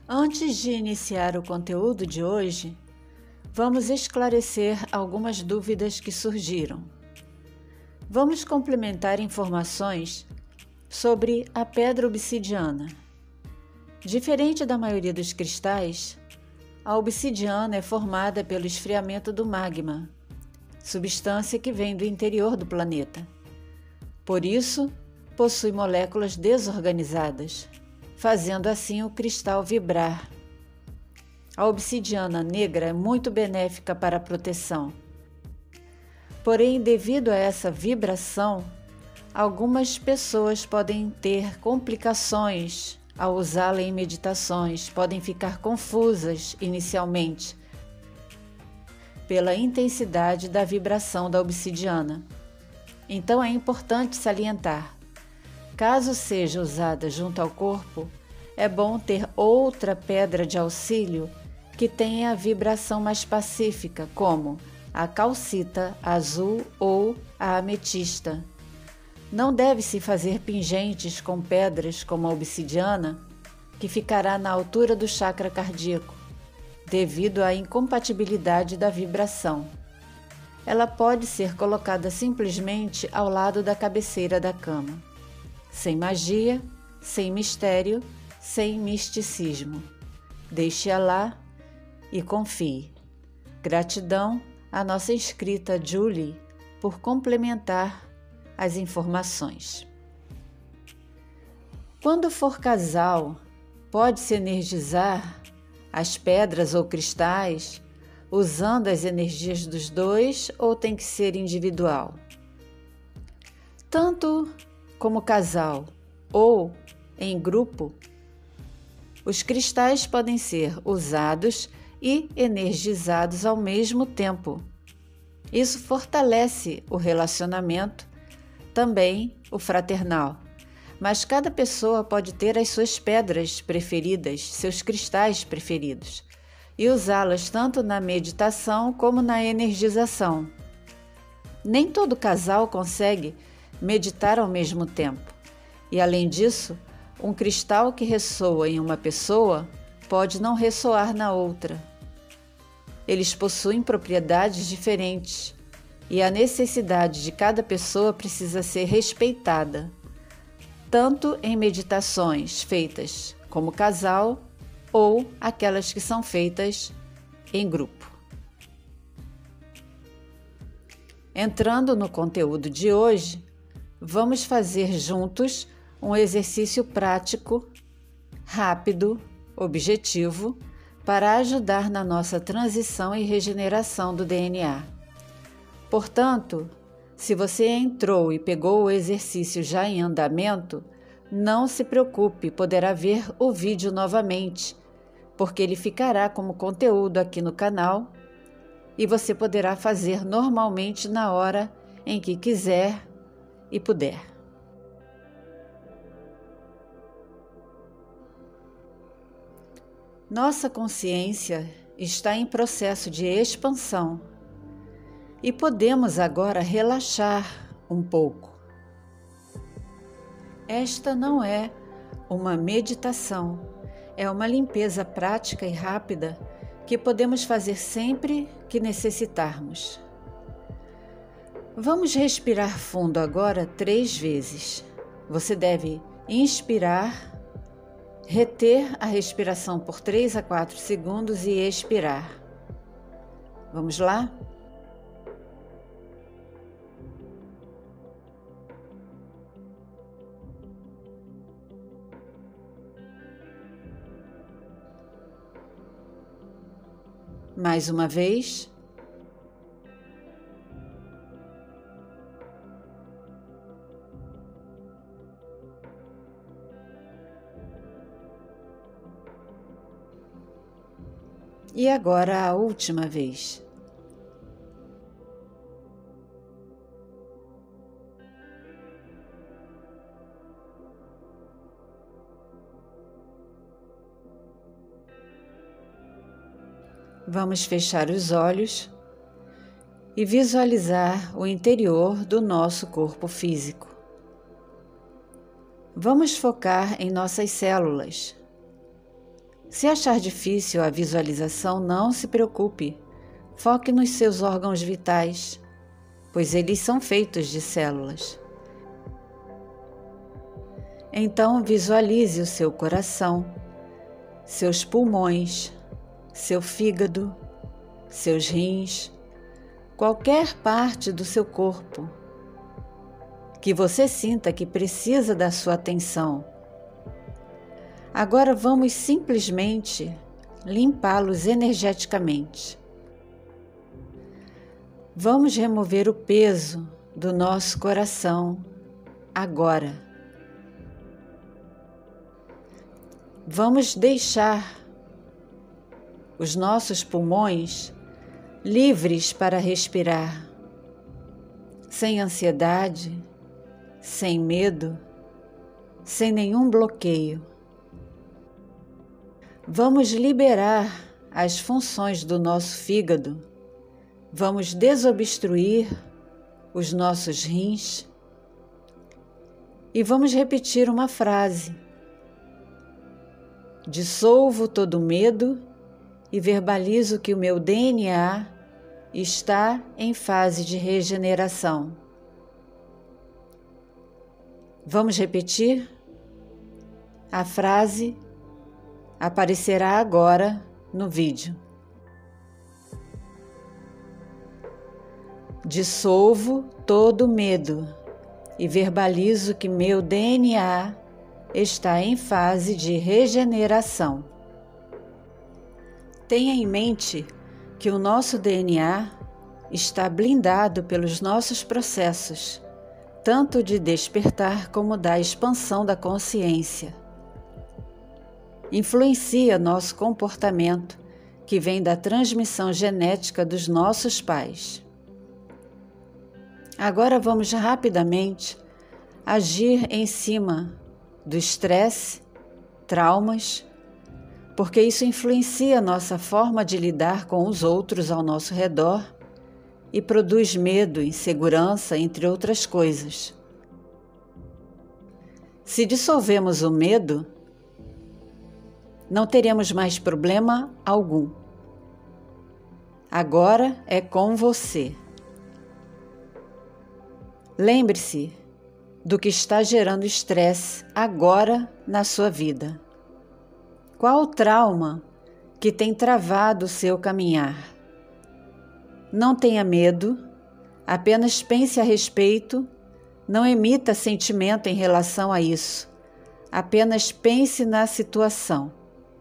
Antes de iniciar o conteúdo de hoje, vamos esclarecer algumas dúvidas que surgiram. Vamos complementar informações sobre a pedra obsidiana. Diferente da maioria dos cristais, a obsidiana é formada pelo esfriamento do magma, substância que vem do interior do planeta. Por isso, possui moléculas desorganizadas, fazendo assim o cristal vibrar. A obsidiana negra é muito benéfica para a proteção. Porém, devido a essa vibração, algumas pessoas podem ter complicações ao usá-la em meditações, podem ficar confusas inicialmente pela intensidade da vibração da obsidiana. Então é importante salientar: caso seja usada junto ao corpo, é bom ter outra pedra de auxílio que tenha a vibração mais pacífica, como a calcita azul ou a ametista. Não deve-se fazer pingentes com pedras como a obsidiana, que ficará na altura do chakra cardíaco, devido à incompatibilidade da vibração. Ela pode ser colocada simplesmente ao lado da cabeceira da cama, sem magia, sem mistério, sem misticismo. Deixe-a lá e confie. Gratidão à nossa inscrita Julie por complementar as informações. Quando for casal, pode-se energizar as pedras ou cristais usando as energias dos dois ou tem que ser individual? Tanto como casal ou em grupo, os cristais podem ser usados e energizados ao mesmo tempo. Isso fortalece o relacionamento, também o fraternal. Mas cada pessoa pode ter as suas pedras preferidas, seus cristais preferidos, e usá-las tanto na meditação como na energização. Nem todo casal consegue meditar ao mesmo tempo. E além disso, um cristal que ressoa em uma pessoa pode não ressoar na outra. Eles possuem propriedades diferentes e a necessidade de cada pessoa precisa ser respeitada, tanto em meditações feitas como casal ou aquelas que são feitas em grupo. Entrando no conteúdo de hoje, vamos fazer juntos um exercício prático, rápido, objetivo, para ajudar na nossa transição e regeneração do DNA. Portanto, se você entrou e pegou o exercício já em andamento, não se preocupe, poderá ver o vídeo novamente, porque ele ficará como conteúdo aqui no canal e você poderá fazer normalmente na hora em que quiser e puder. Nossa consciência está em processo de expansão e podemos agora relaxar um pouco. Esta não é uma meditação, é uma limpeza prática e rápida que podemos fazer sempre que necessitarmos. Vamos respirar fundo agora 3 vezes. Você deve inspirar, reter a respiração por 3 a 4 segundos e expirar. Vamos lá? Mais uma vez. E agora a última vez. Vamos fechar os olhos e visualizar o interior do nosso corpo físico. Vamos focar em nossas células. Se achar difícil a visualização, não se preocupe. Foque nos seus órgãos vitais, pois eles são feitos de células. Então visualize o seu coração, seus pulmões, seu fígado, seus rins, qualquer parte do seu corpo que você sinta que precisa da sua atenção. Agora vamos simplesmente limpá-los energeticamente. Vamos remover o peso do nosso coração agora. Vamos deixar os nossos pulmões livres para respirar, sem ansiedade, sem medo, sem nenhum bloqueio. Vamos liberar as funções do nosso fígado, vamos desobstruir os nossos rins e vamos repetir uma frase: dissolvo todo medo e verbalizo que o meu DNA está em fase de regeneração. Vamos repetir? A frase aparecerá agora no vídeo. Dissolvo todo medo e verbalizo que meu DNA está em fase de regeneração. Tenha em mente que o nosso DNA está blindado pelos nossos processos, tanto de despertar como da expansão da consciência. Influencia nosso comportamento, que vem da transmissão genética dos nossos pais. Agora vamos rapidamente agir em cima do estresse, traumas, porque isso influencia nossa forma de lidar com os outros ao nosso redor e produz medo, insegurança, entre outras coisas. Se dissolvemos o medo, não teremos mais problema algum. Agora é com você. Lembre-se do que está gerando estresse agora na sua vida. Qual o trauma que tem travado o seu caminhar? Não tenha medo, apenas pense a respeito, não emita sentimento em relação a isso, apenas pense na situação.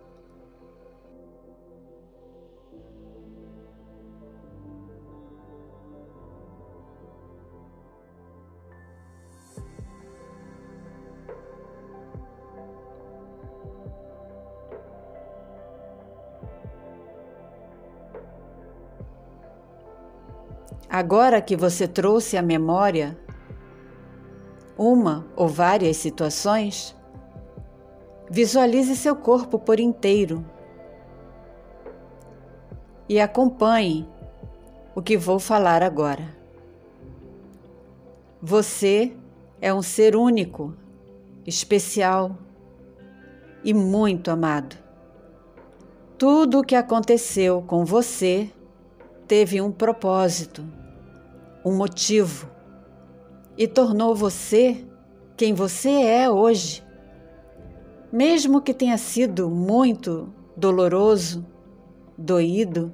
Agora que você trouxe à memória uma ou várias situações, visualize seu corpo por inteiro e acompanhe o que vou falar agora. Você é um ser único, especial e muito amado. Tudo o que aconteceu com você teve um propósito, um motivo, e tornou você quem você é hoje. Mesmo que tenha sido muito doloroso, doído,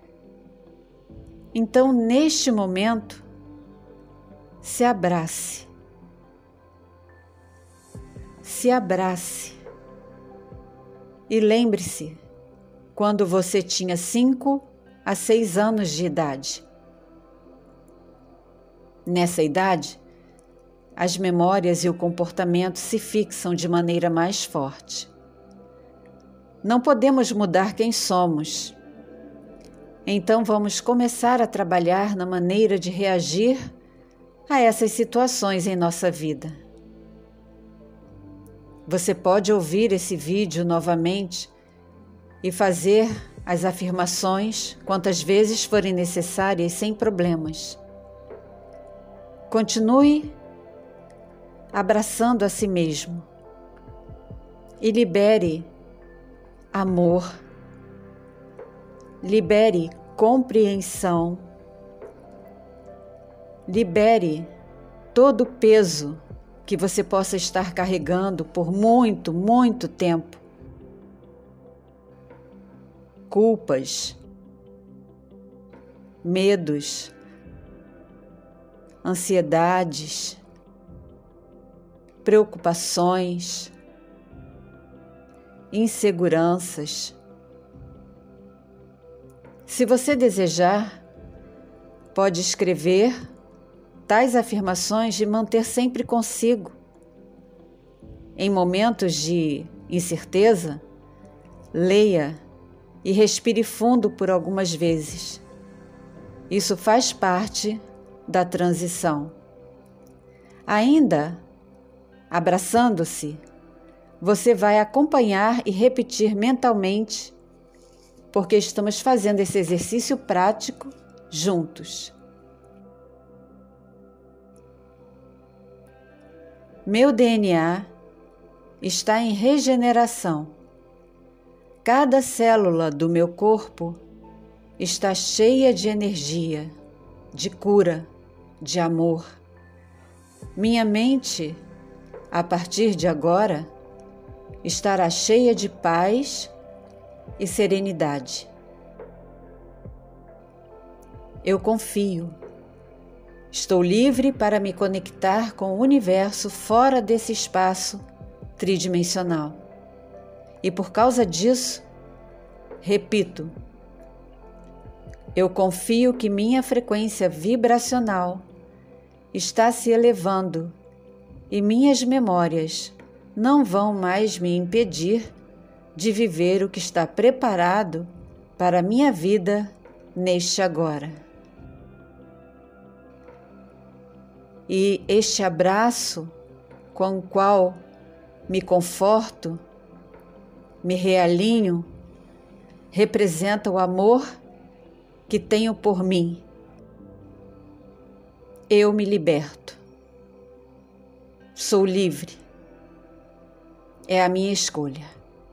então neste momento, se abrace. Se abrace. E lembre-se, quando você tinha 5 a 6 anos de idade. Nessa idade, as memórias e o comportamento se fixam de maneira mais forte. Não podemos mudar quem somos. Então vamos começar a trabalhar na maneira de reagir a essas situações em nossa vida. Você pode ouvir esse vídeo novamente e fazer as afirmações quantas vezes forem necessárias sem problemas. Continue abraçando a si mesmo e libere amor. Libere compreensão. Libere todo o peso que você possa estar carregando por muito, muito tempo. Culpas, medos, ansiedades, preocupações, inseguranças. Se você desejar, pode escrever tais afirmações e manter sempre consigo. Em momentos de incerteza, leia e respire fundo por algumas vezes. Isso faz parte da transição. Ainda, abraçando-se, você vai acompanhar e repetir mentalmente, porque estamos fazendo esse exercício prático juntos. Meu DNA está em regeneração. Cada célula do meu corpo está cheia de energia, de cura, de amor. Minha mente, a partir de agora, estará cheia de paz e serenidade. Eu confio. Estou livre para me conectar com o universo fora desse espaço tridimensional. E por causa disso, repito, eu confio que minha frequência vibracional está se elevando e minhas memórias não vão mais me impedir de viver o que está preparado para a minha vida neste agora. E este abraço com o qual me conforto, me realinho, representa o amor que tenho por mim. Eu me liberto. Sou livre. É a minha escolha.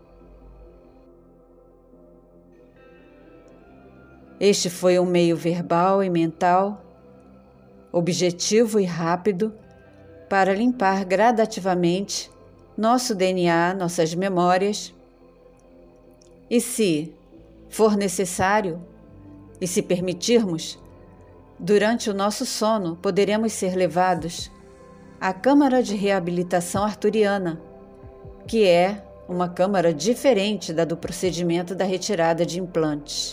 Este foi um meio verbal e mental, objetivo e rápido, para limpar gradativamente nosso DNA, nossas memórias. E se for necessário, e se permitirmos, durante o nosso sono poderemos ser levados à Câmara de Reabilitação Arturiana, que é uma câmara diferente da do procedimento da retirada de implantes.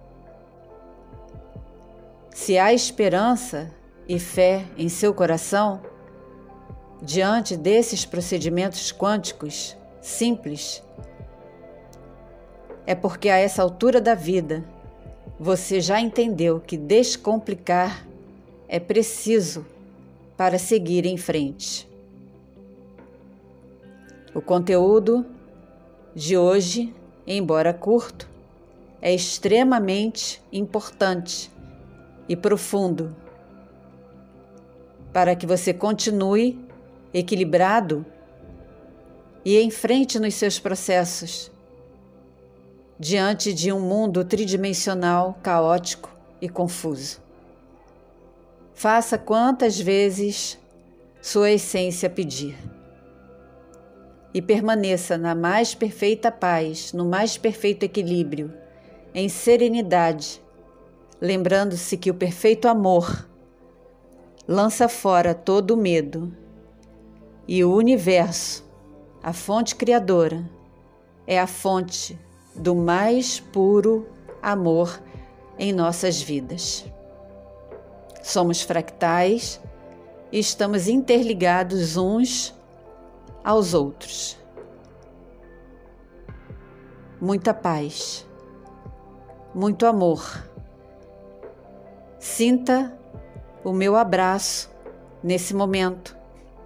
Se há esperança e fé em seu coração, diante desses procedimentos quânticos simples, é porque a essa altura da vida você já entendeu que descomplicar é preciso para seguir em frente. O conteúdo de hoje, embora curto, é extremamente importante e profundo para que você continue equilibrado e em frente nos seus processos, diante de um mundo tridimensional, caótico e confuso. Faça quantas vezes sua essência pedir. E permaneça na mais perfeita paz, no mais perfeito equilíbrio, em serenidade, lembrando-se que o perfeito amor lança fora todo o medo e o universo, a fonte criadora, é a fonte do mais puro amor em nossas vidas. Somos fractais e estamos interligados uns aos outros. Muita paz, muito amor. Sinta o meu abraço nesse momento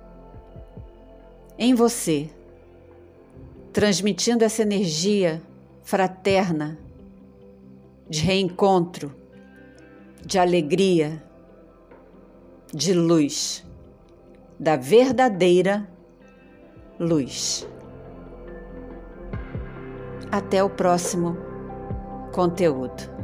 em você, transmitindo essa energia fraterna, de reencontro, de alegria, de luz, da verdadeira luz. Até o próximo conteúdo.